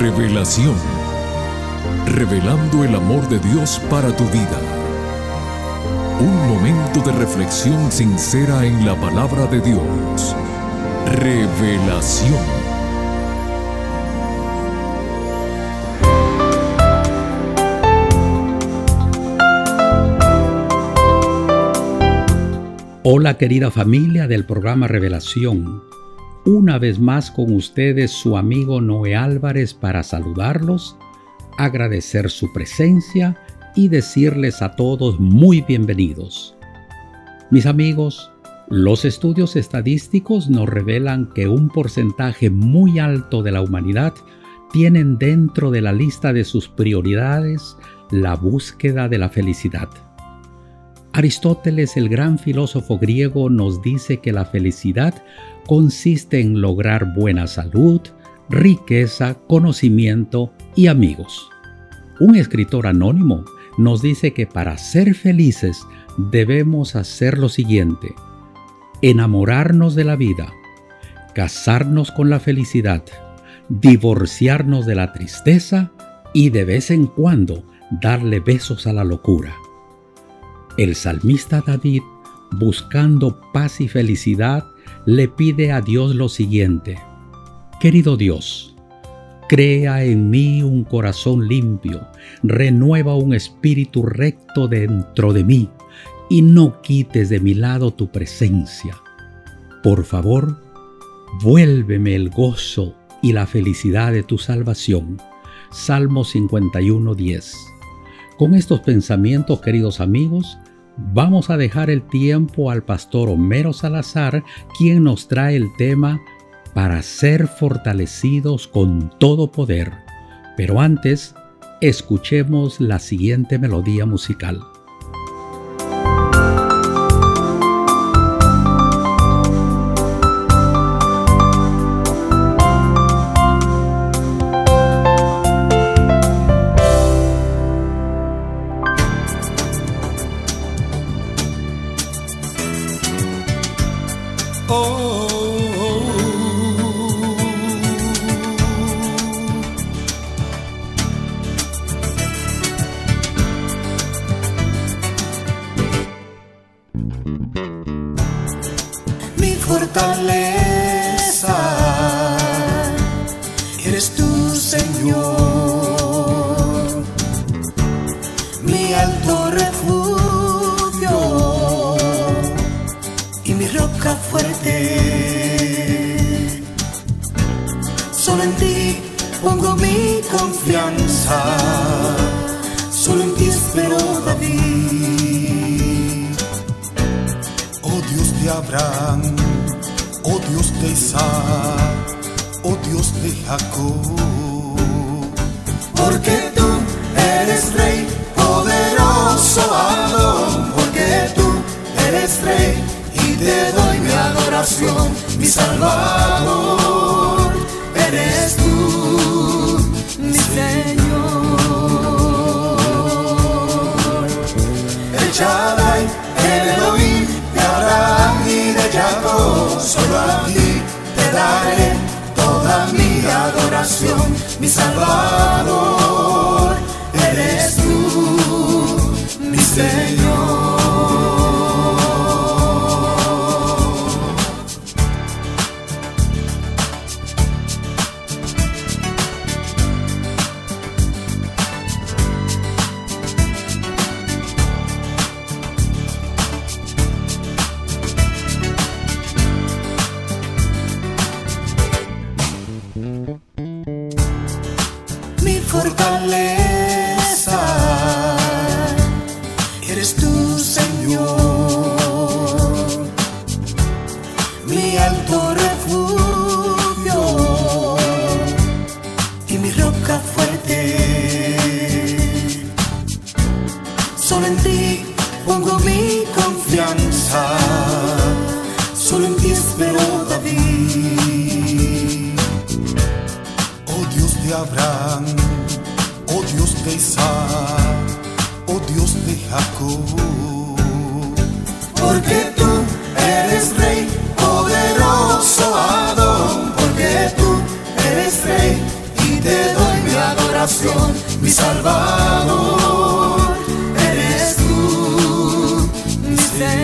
Revelación. Revelando el amor de Dios para tu vida. Un momento de reflexión sincera en la palabra de Dios. Revelación. Hola querida familia del programa Revelación. Una vez más con ustedes su amigo Noé Álvarez para saludarlos, agradecer su presencia y decirles a todos muy bienvenidos. Mis amigos, los estudios estadísticos nos revelan que un porcentaje muy alto de la humanidad tienen dentro de la lista de sus prioridades la búsqueda de la felicidad. Aristóteles, el gran filósofo griego, nos dice que la felicidad consiste en lograr buena salud, riqueza, conocimiento y amigos. Un escritor anónimo nos dice que para ser felices debemos hacer lo siguiente: enamorarnos de la vida, casarnos con la felicidad, divorciarnos de la tristeza y de vez en cuando darle besos a la locura. El salmista David, buscando paz y felicidad, le pide a Dios lo siguiente: Querido Dios, crea en mí un corazón limpio, renueva un espíritu recto dentro de mí, y no quites de mi lado tu presencia. Por favor, vuélveme el gozo y la felicidad de tu salvación. Salmo 51:10. Con estos pensamientos, queridos amigos, vamos a dejar el tiempo al pastor Homero Salazar, quien nos trae el tema para ser fortalecidos con todo poder. Pero antes, escuchemos la siguiente melodía musical. Mi fortaleza, eres tú, Señor, mi alto refugio y mi roca fuerte. Solo en ti pongo mi confianza, solo en ti espero, David. Oh Dios de Abraham, oh Dios de Isaac, oh Dios de Jacob. Porque tú eres Rey, poderoso Adón. Porque tú eres Rey y te doy mi adoración, mi Salvador. Eres tú, mi Señor. El Shaddai, el Elohim, de Abraham y de Jacob. Solo a ti te daré toda mi adoración, mi Salvador. Eres tú, mi Señor. Mi fortaleza, eres tú, Señor, mi alto refugio y mi roca fuerte. Solo en ti pongo mi confianza, solo en ti espero, David. Oh Dios de Abraham, oh Dios de Isaac, oh Dios de Jacob. Porque tú eres Rey, poderoso Adón. Porque tú eres Rey y te doy adoración, mi Salvador, eres tú, mi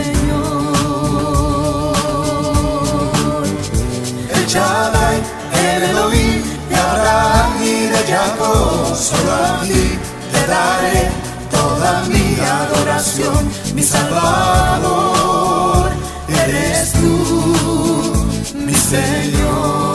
Señor. El Shaddai, el Elohim, de Abraham y de Jacob, solo a ti te daré toda mi adoración, mi Salvador, eres tú, mi Señor.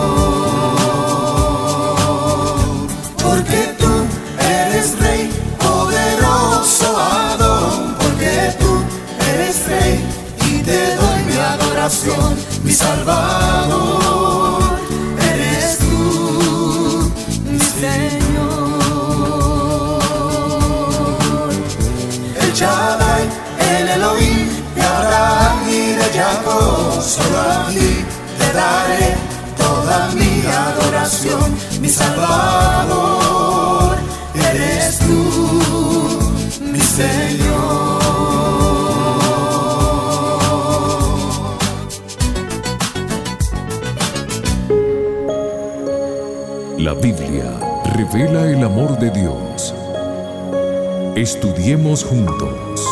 Porque tú eres Rey, poderoso Adón, porque tú eres Rey y te doy mi adoración, mi Salvador, eres tú, mi Señor. El Shaddai, el Elohim, de Abraham y de Jacob, solo a ti te daré toda mi adoración, mi Salvador, eres tú, mi Señor. La Biblia revela el amor de Dios. Estudiemos juntos.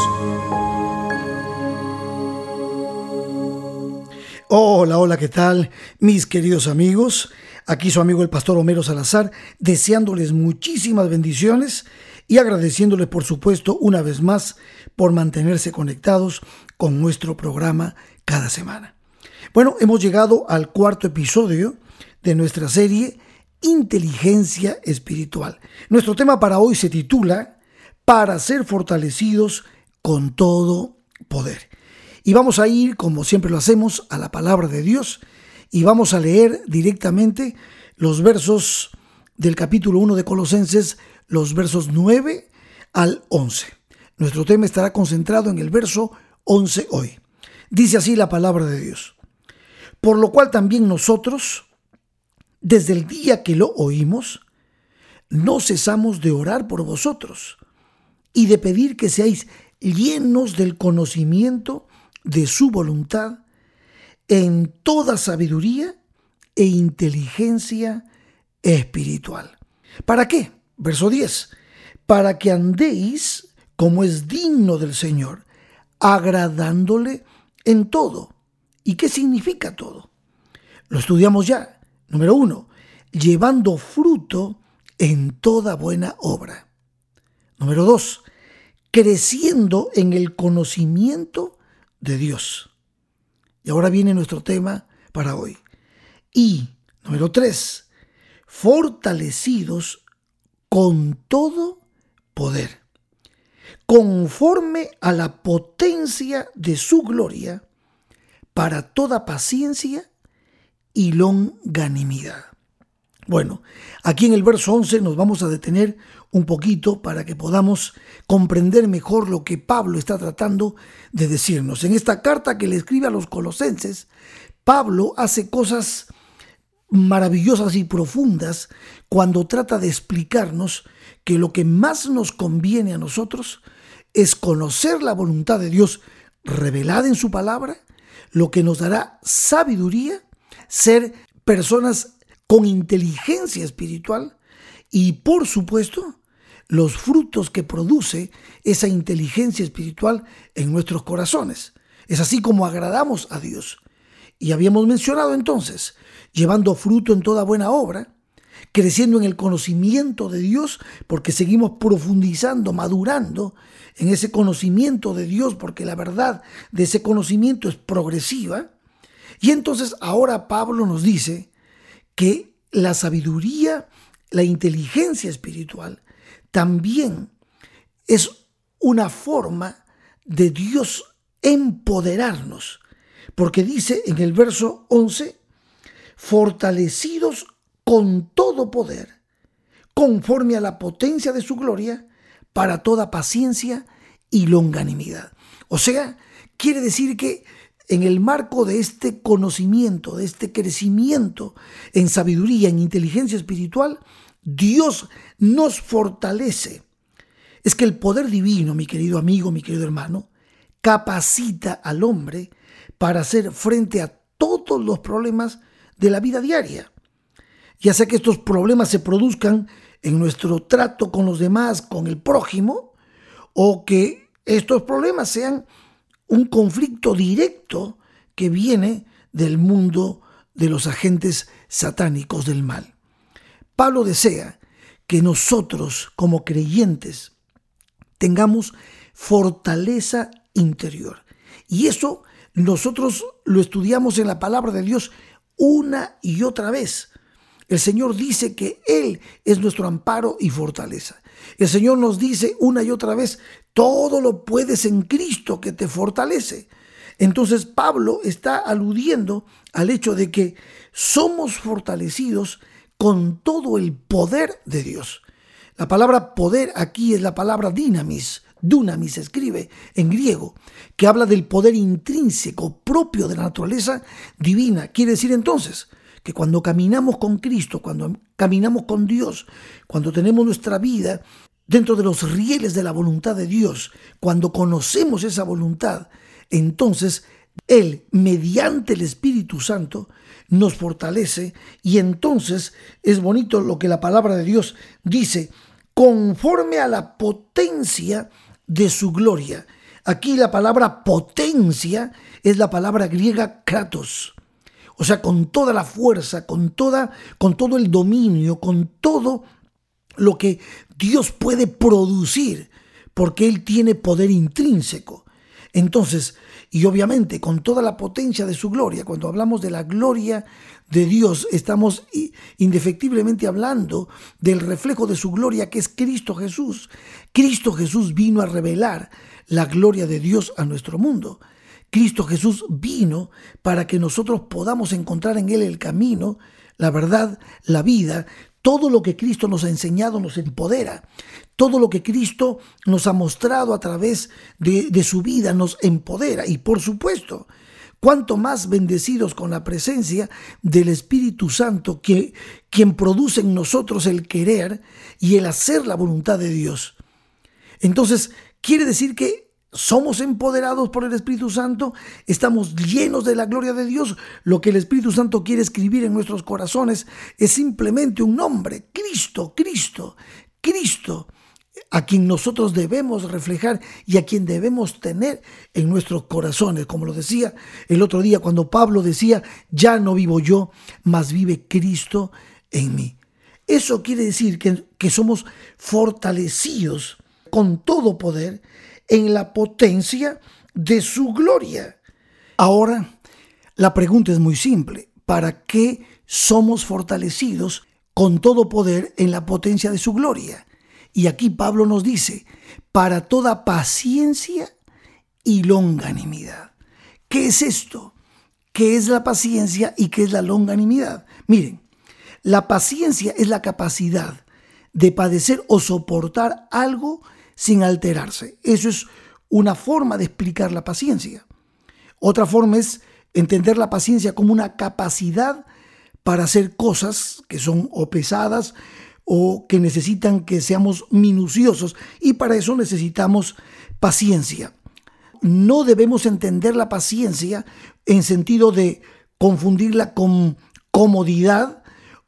Hola, ¿qué tal? Mis queridos amigos, aquí su amigo el pastor Homero Salazar, deseándoles muchísimas bendiciones y agradeciéndoles, por supuesto, una vez más por mantenerse conectados con nuestro programa cada semana. Bueno, hemos llegado al cuarto episodio de nuestra serie Inteligencia Espiritual. Nuestro tema para hoy se titula Para ser fortalecidos con todo poder. Y vamos a ir, como siempre lo hacemos, a la palabra de Dios y vamos a leer directamente los versos del capítulo 1 de Colosenses, los versos 9 al 11. Nuestro tema estará concentrado en el verso 11 hoy. Dice así la palabra de Dios. Por lo cual también nosotros, desde el día que lo oímos, no cesamos de orar por vosotros y de pedir que seáis llenos del conocimiento de su voluntad en toda sabiduría e inteligencia espiritual. ¿Para qué? Verso 10. Para que andéis como es digno del Señor, agradándole en todo. ¿Y qué significa todo? Lo estudiamos ya. Número 1, llevando fruto en toda buena obra. Número 2, creciendo en el conocimiento de Dios. Y ahora viene nuestro tema para hoy. Y número 3, fortalecidos con todo poder, conforme a la potencia de su gloria, para toda paciencia y longanimidad. Bueno, aquí en el verso 11 nos vamos a detener un poquito para que podamos comprender mejor lo que Pablo está tratando de decirnos. En esta carta que le escribe a los colosenses, Pablo hace cosas maravillosas y profundas cuando trata de explicarnos que lo que más nos conviene a nosotros es conocer la voluntad de Dios revelada en su palabra, lo que nos dará sabiduría, ser personas con inteligencia espiritual y, por supuesto, los frutos que produce esa inteligencia espiritual en nuestros corazones. Es así como agradamos a Dios. Y habíamos mencionado entonces, llevando fruto en toda buena obra, creciendo en el conocimiento de Dios, porque seguimos profundizando, madurando en ese conocimiento de Dios, porque la verdad de ese conocimiento es progresiva. Y entonces ahora Pablo nos dice que la sabiduría, la inteligencia espiritual, también es una forma de Dios empoderarnos. Porque dice en el verso 11, fortalecidos con todo poder, conforme a la potencia de su gloria, para toda paciencia y longanimidad. O sea, quiere decir que en el marco de este conocimiento, de este crecimiento en sabiduría, en inteligencia espiritual, Dios nos fortalece. Es que el poder divino, mi querido amigo, mi querido hermano, capacita al hombre para hacer frente a todos los problemas de la vida diaria. Ya sea que estos problemas se produzcan en nuestro trato con los demás, con el prójimo, o que estos problemas sean un conflicto directo que viene del mundo de los agentes satánicos del mal. Pablo desea que nosotros como creyentes tengamos fortaleza interior. Y eso nosotros lo estudiamos en la palabra de Dios una y otra vez. El Señor dice que Él es nuestro amparo y fortaleza. El Señor nos dice una y otra vez, todo lo puedes en Cristo que te fortalece. Entonces Pablo está aludiendo al hecho de que somos fortalecidos con todo el poder de Dios. La palabra poder aquí es la palabra dunamis se escribe en griego, que habla del poder intrínseco propio de la naturaleza divina. Quiere decir entonces que cuando caminamos con Cristo, cuando caminamos con Dios, cuando tenemos nuestra vida dentro de los rieles de la voluntad de Dios, cuando conocemos esa voluntad, entonces Él, mediante el Espíritu Santo, nos fortalece. Y entonces es bonito lo que la palabra de Dios dice, conforme a la potencia de su gloria. Aquí la palabra potencia es la palabra griega kratos. O sea, con toda la fuerza, con todo el dominio, con todo lo que Dios puede producir, porque Él tiene poder intrínseco. Entonces, y obviamente con toda la potencia de su gloria, cuando hablamos de la gloria de Dios, estamos indefectiblemente hablando del reflejo de su gloria, que es Cristo Jesús. Cristo Jesús vino a revelar la gloria de Dios a nuestro mundo. Cristo Jesús vino para que nosotros podamos encontrar en Él el camino, la verdad, la vida. Todo lo que Cristo nos ha enseñado nos empodera. Todo lo que Cristo nos ha mostrado a través de su vida nos empodera. Y por supuesto, cuanto más bendecidos con la presencia del Espíritu Santo, quien produce en nosotros el querer y el hacer la voluntad de Dios. Entonces, quiere decir que somos empoderados por el Espíritu Santo, estamos llenos de la gloria de Dios. Lo que el Espíritu Santo quiere escribir en nuestros corazones es simplemente un nombre, Cristo, a quien nosotros debemos reflejar y a quien debemos tener en nuestros corazones. Como lo decía el otro día cuando Pablo decía, ya no vivo yo, mas vive Cristo en mí. Eso quiere decir que somos fortalecidos con todo poder en la potencia de su gloria. Ahora, la pregunta es muy simple. ¿Para qué somos fortalecidos con todo poder en la potencia de su gloria? Y aquí Pablo nos dice, para toda paciencia y longanimidad. ¿Qué es esto? ¿Qué es la paciencia y qué es la longanimidad? Miren, la paciencia es la capacidad de padecer o soportar algo sin alterarse. Eso es una forma de explicar la paciencia. Otra forma es entender la paciencia como una capacidad para hacer cosas que son o pesadas o que necesitan que seamos minuciosos, y para eso necesitamos paciencia. No debemos entender la paciencia en sentido de confundirla con comodidad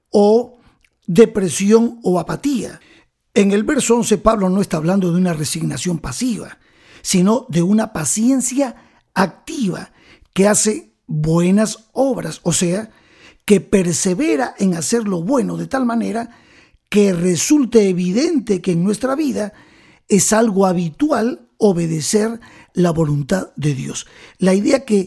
o depresión o apatía. En el verso 11, Pablo no está hablando de una resignación pasiva, sino de una paciencia activa que hace buenas obras, o sea, que persevera en hacer lo bueno de tal manera que resulte evidente que en nuestra vida es algo habitual obedecer la voluntad de Dios. La idea que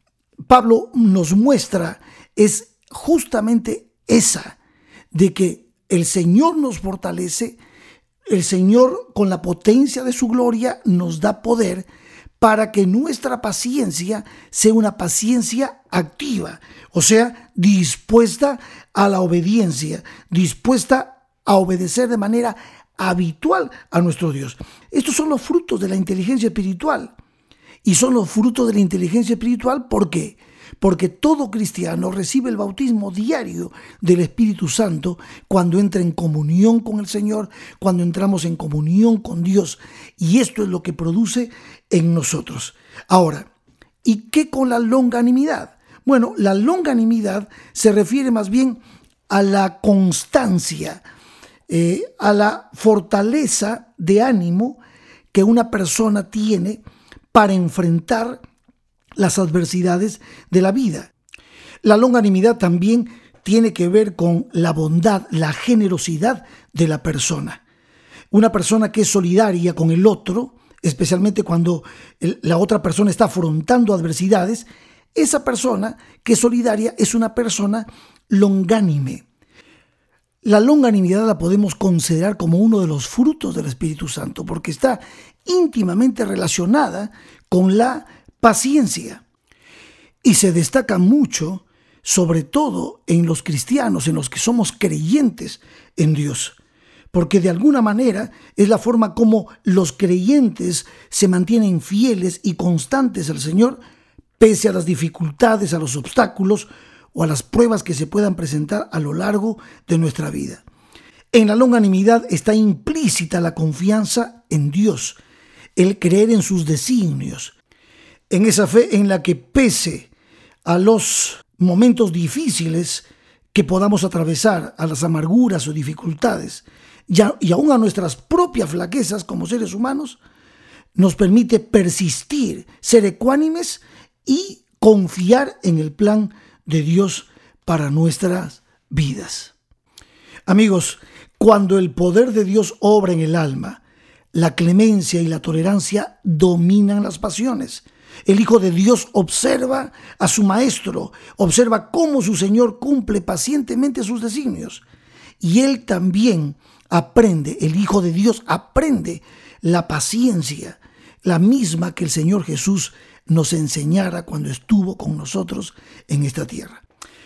Pablo nos muestra es justamente esa, de que el Señor nos fortalece. El Señor, con la potencia de su gloria, nos da poder para que nuestra paciencia sea una paciencia activa, o sea, dispuesta a la obediencia, dispuesta a obedecer de manera habitual a nuestro Dios. Estos son los frutos de la inteligencia espiritual. Y son los frutos de la inteligencia espiritual, ¿por qué? Porque todo cristiano recibe el bautismo diario del Espíritu Santo cuando entra en comunión con el Señor, cuando entramos en comunión con Dios. Y esto es lo que produce en nosotros. Ahora, ¿y qué con la longanimidad? Bueno, la longanimidad se refiere más bien a la constancia, a la fortaleza de ánimo que una persona tiene para enfrentar las adversidades de la vida. La longanimidad también tiene que ver con la bondad, la generosidad de la persona. Una persona que es solidaria con el otro, especialmente cuando la otra persona está afrontando adversidades, esa persona que es solidaria es una persona longánime. La longanimidad la podemos considerar como uno de los frutos del Espíritu Santo porque está íntimamente relacionada con la paciencia y se destaca mucho, sobre todo en los cristianos, en los que somos creyentes en Dios, porque de alguna manera es la forma como los creyentes se mantienen fieles y constantes al Señor, pese a las dificultades, a los obstáculos o a las pruebas que se puedan presentar a lo largo de nuestra vida. En la longanimidad está implícita la confianza en Dios, el creer en sus designios, en esa fe en la que pese a los momentos difíciles que podamos atravesar, a las amarguras o dificultades, y aún a nuestras propias flaquezas como seres humanos, nos permite persistir, ser ecuánimes y confiar en el plan de Dios para nuestras vidas. Amigos, cuando el poder de Dios obra en el alma, la clemencia y la tolerancia dominan las pasiones. El Hijo de Dios observa a su Maestro, observa cómo su Señor cumple pacientemente sus designios. Y él también aprende, el Hijo de Dios aprende la paciencia, la misma que el Señor Jesús nos enseñara cuando estuvo con nosotros en esta tierra.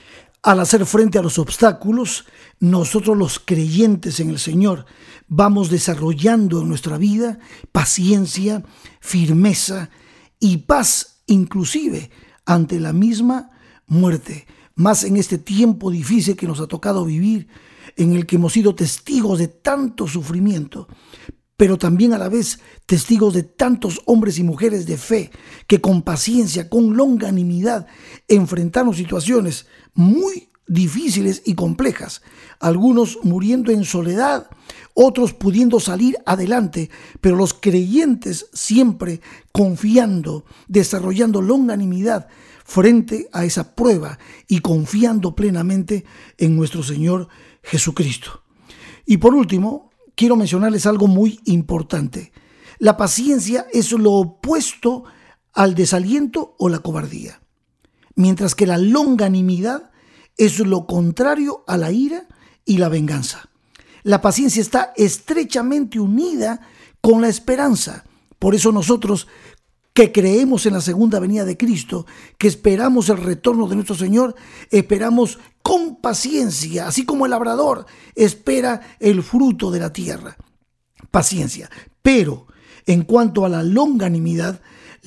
Al hacer frente a los obstáculos, nosotros los creyentes en el Señor vamos desarrollando en nuestra vida paciencia, firmeza y paz, inclusive ante la misma muerte, más en este tiempo difícil que nos ha tocado vivir, en el que hemos sido testigos de tanto sufrimiento, pero también a la vez testigos de tantos hombres y mujeres de fe que con paciencia, con longanimidad, enfrentaron situaciones muy difíciles y complejas, algunos muriendo en soledad, otros pudiendo salir adelante, pero los creyentes siempre confiando, desarrollando longanimidad frente a esa prueba y confiando plenamente en nuestro Señor Jesucristo. Y por último, quiero mencionarles algo muy importante. La paciencia es lo opuesto al desaliento o la cobardía, mientras que la longanimidad es lo contrario a la ira y la venganza. La paciencia está estrechamente unida con la esperanza. Por eso nosotros que creemos en la segunda venida de Cristo, que esperamos el retorno de nuestro Señor, esperamos con paciencia, así como el labrador espera el fruto de la tierra. Paciencia. Pero en cuanto a la longanimidad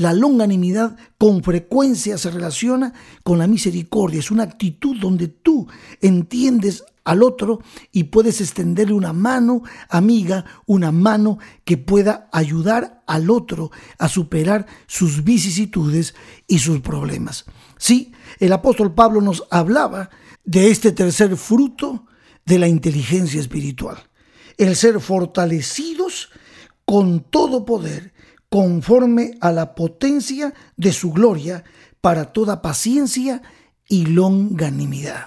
con frecuencia se relaciona con la misericordia. Es una actitud donde tú entiendes al otro y puedes extenderle una mano amiga, una mano que pueda ayudar al otro a superar sus vicisitudes y sus problemas. Sí, el apóstol Pablo nos hablaba de este tercer fruto de la inteligencia espiritual, el ser fortalecidos con todo poder, conforme a la potencia de su gloria, para toda paciencia y longanimidad.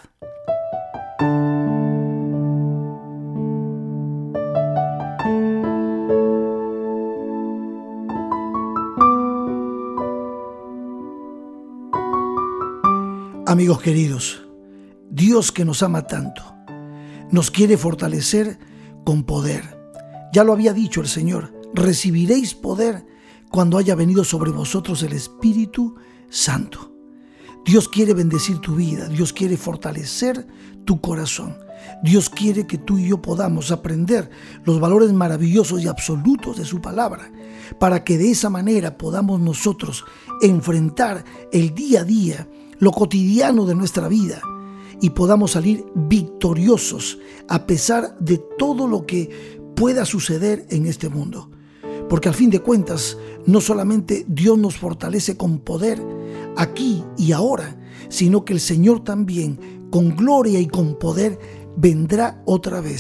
Amigos queridos, Dios que nos ama tanto, nos quiere fortalecer con poder. Ya lo había dicho el Señor: recibiréis poder cuando haya venido sobre vosotros el Espíritu Santo. Dios quiere bendecir tu vida, Dios quiere fortalecer tu corazón. Dios quiere que tú y yo podamos aprender los valores maravillosos y absolutos de su palabra, para que de esa manera podamos nosotros enfrentar el día a día, lo cotidiano de nuestra vida, y podamos salir victoriosos a pesar de todo lo que pueda suceder en este mundo. Porque al fin de cuentas, no solamente Dios nos fortalece con poder aquí y ahora, sino que el Señor también, con gloria y con poder, vendrá otra vez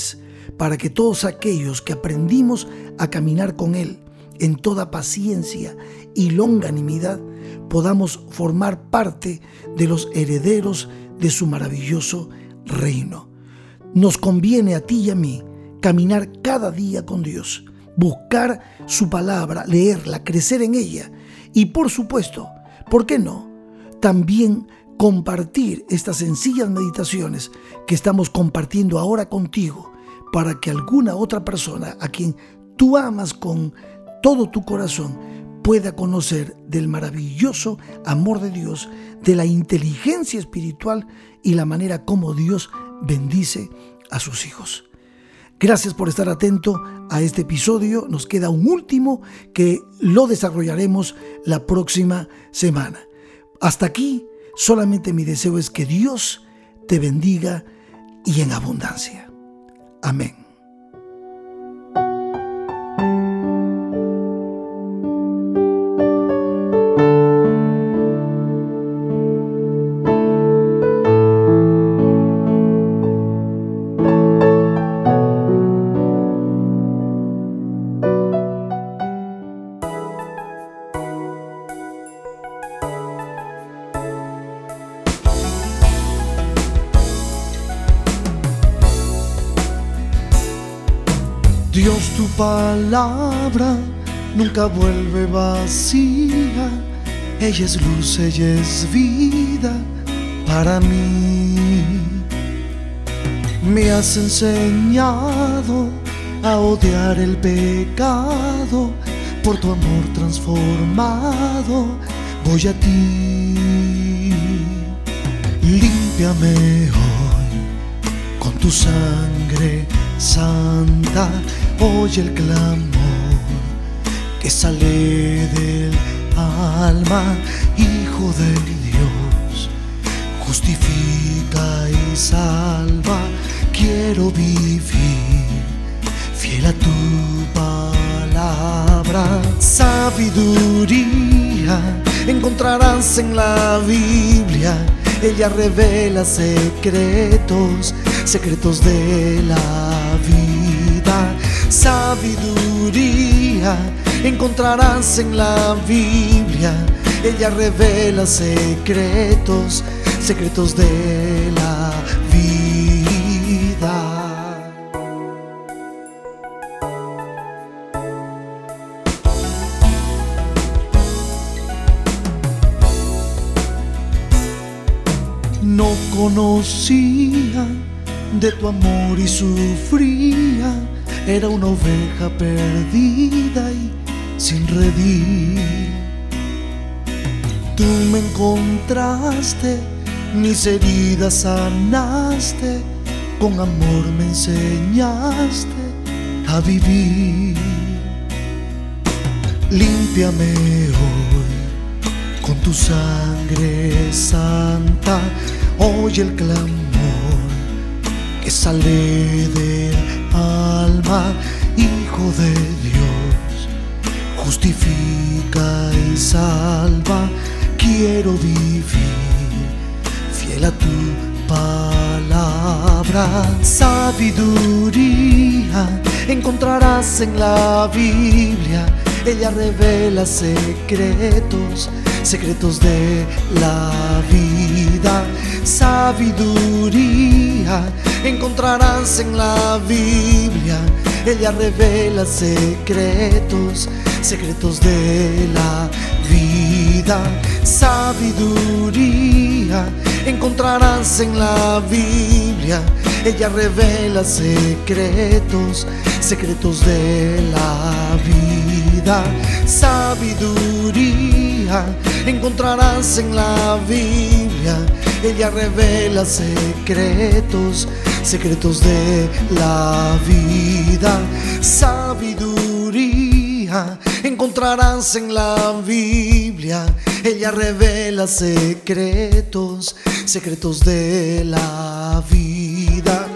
para que todos aquellos que aprendimos a caminar con Él en toda paciencia y longanimidad, podamos formar parte de los herederos de su maravilloso reino. Nos conviene a ti y a mí caminar cada día con Dios, buscar su palabra, leerla, crecer en ella y, por supuesto, ¿por qué no?, también compartir estas sencillas meditaciones que estamos compartiendo ahora contigo, para que alguna otra persona a quien tú amas con todo tu corazón pueda conocer del maravilloso amor de Dios, de la inteligencia espiritual y la manera como Dios bendice a sus hijos. Gracias por estar atento a este episodio. Nos queda un último que lo desarrollaremos la próxima semana. Hasta aquí, solamente mi deseo es que Dios te bendiga y en abundancia. Amén. Dios, tu palabra nunca vuelve vacía. Ella es luz, ella es vida para mí. Me has enseñado a odiar el pecado. Por tu amor transformado voy a ti. Límpiame hoy con tu sangre santa. Oye el clamor que sale del alma. Hijo de Dios, justifica y salva. Quiero vivir fiel a tu palabra. Sabiduría encontrarás en la Biblia. Ella revela secretos de la vida. Sabiduría encontrarás en la Biblia. Ella revela secretos de la vida. No conocía de tu amor y sufría. Era una oveja perdida y sin redil. Tú me encontraste, mis heridas sanaste. Con amor me enseñaste a vivir. Límpiame hoy con tu sangre santa. Oye el clamor que sale del alma. Hijo de Dios, justifica y salva. Quiero vivir fiel a tu palabra. Sabiduría encontrarás en la Biblia. Ella revela secretos de la vida. Sabiduría encontrarás en la Biblia. Ella revela secretos de la vida. Sabiduría encontrarás en la Biblia. Ella revela secretos de la vida. Sabiduría encontrarás en la Biblia. Ella revela secretos de la vida. Sabiduría encontrarás en la Biblia. Ella revela secretos de la vida.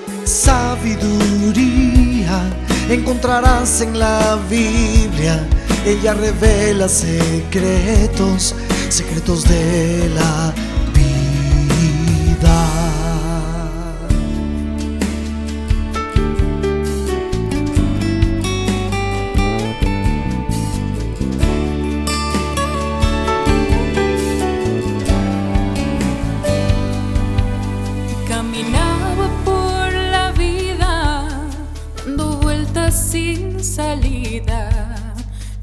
Sabiduría encontrarás en la Biblia. Ella revela secretos de la vida.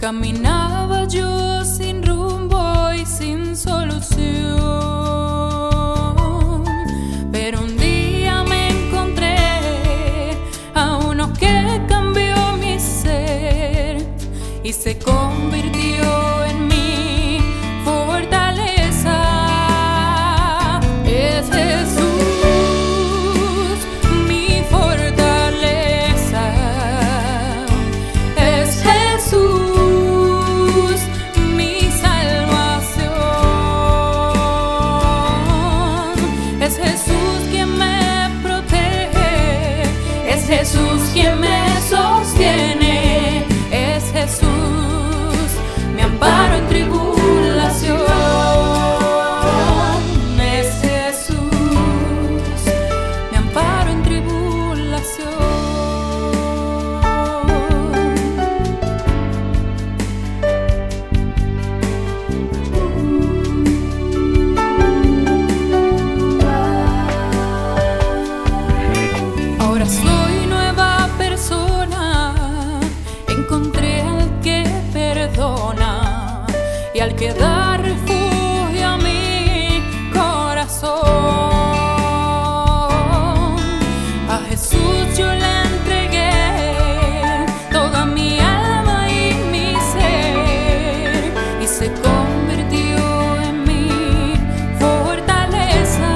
Caminaba yo sin rumbo y sin solución, pero un día me encontré a uno que cambió mi ser y se convirtió en mi fortaleza. Es Jesús, mi fortaleza. Es Jesús, mi salvación. Es Jesús quien me protege. Es Jesús quien me sostiene. Es Jesús, mi amparo en tribulación. Es Jesús, mi amparo en tribulación. Ahora soy nueva persona, encontré al que perdona y al que da refugio a mi corazón. A Jesús yo le entregué toda mi alma y mi ser y se convirtió en mi fortaleza.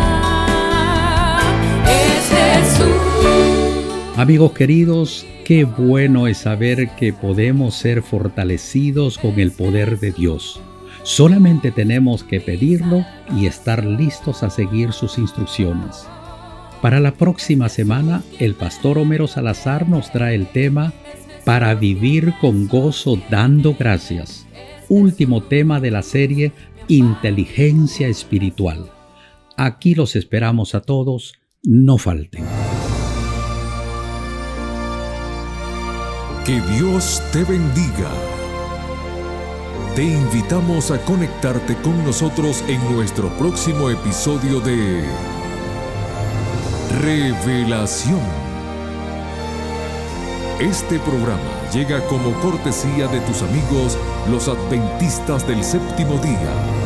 Es Jesús. Amigos queridos, qué bueno es saber que podemos ser fortalecidos con el poder de Dios. Solamente tenemos que pedirlo y estar listos a seguir sus instrucciones. Para la próxima semana, el pastor Homero Salazar nos trae el tema Para vivir con gozo dando gracias, último tema de la serie Inteligencia Espiritual. Aquí los esperamos a todos, no falten. Que Dios te bendiga. Te invitamos a conectarte con nosotros en nuestro próximo episodio de Revelación. Este programa llega como cortesía de tus amigos los adventistas del séptimo día.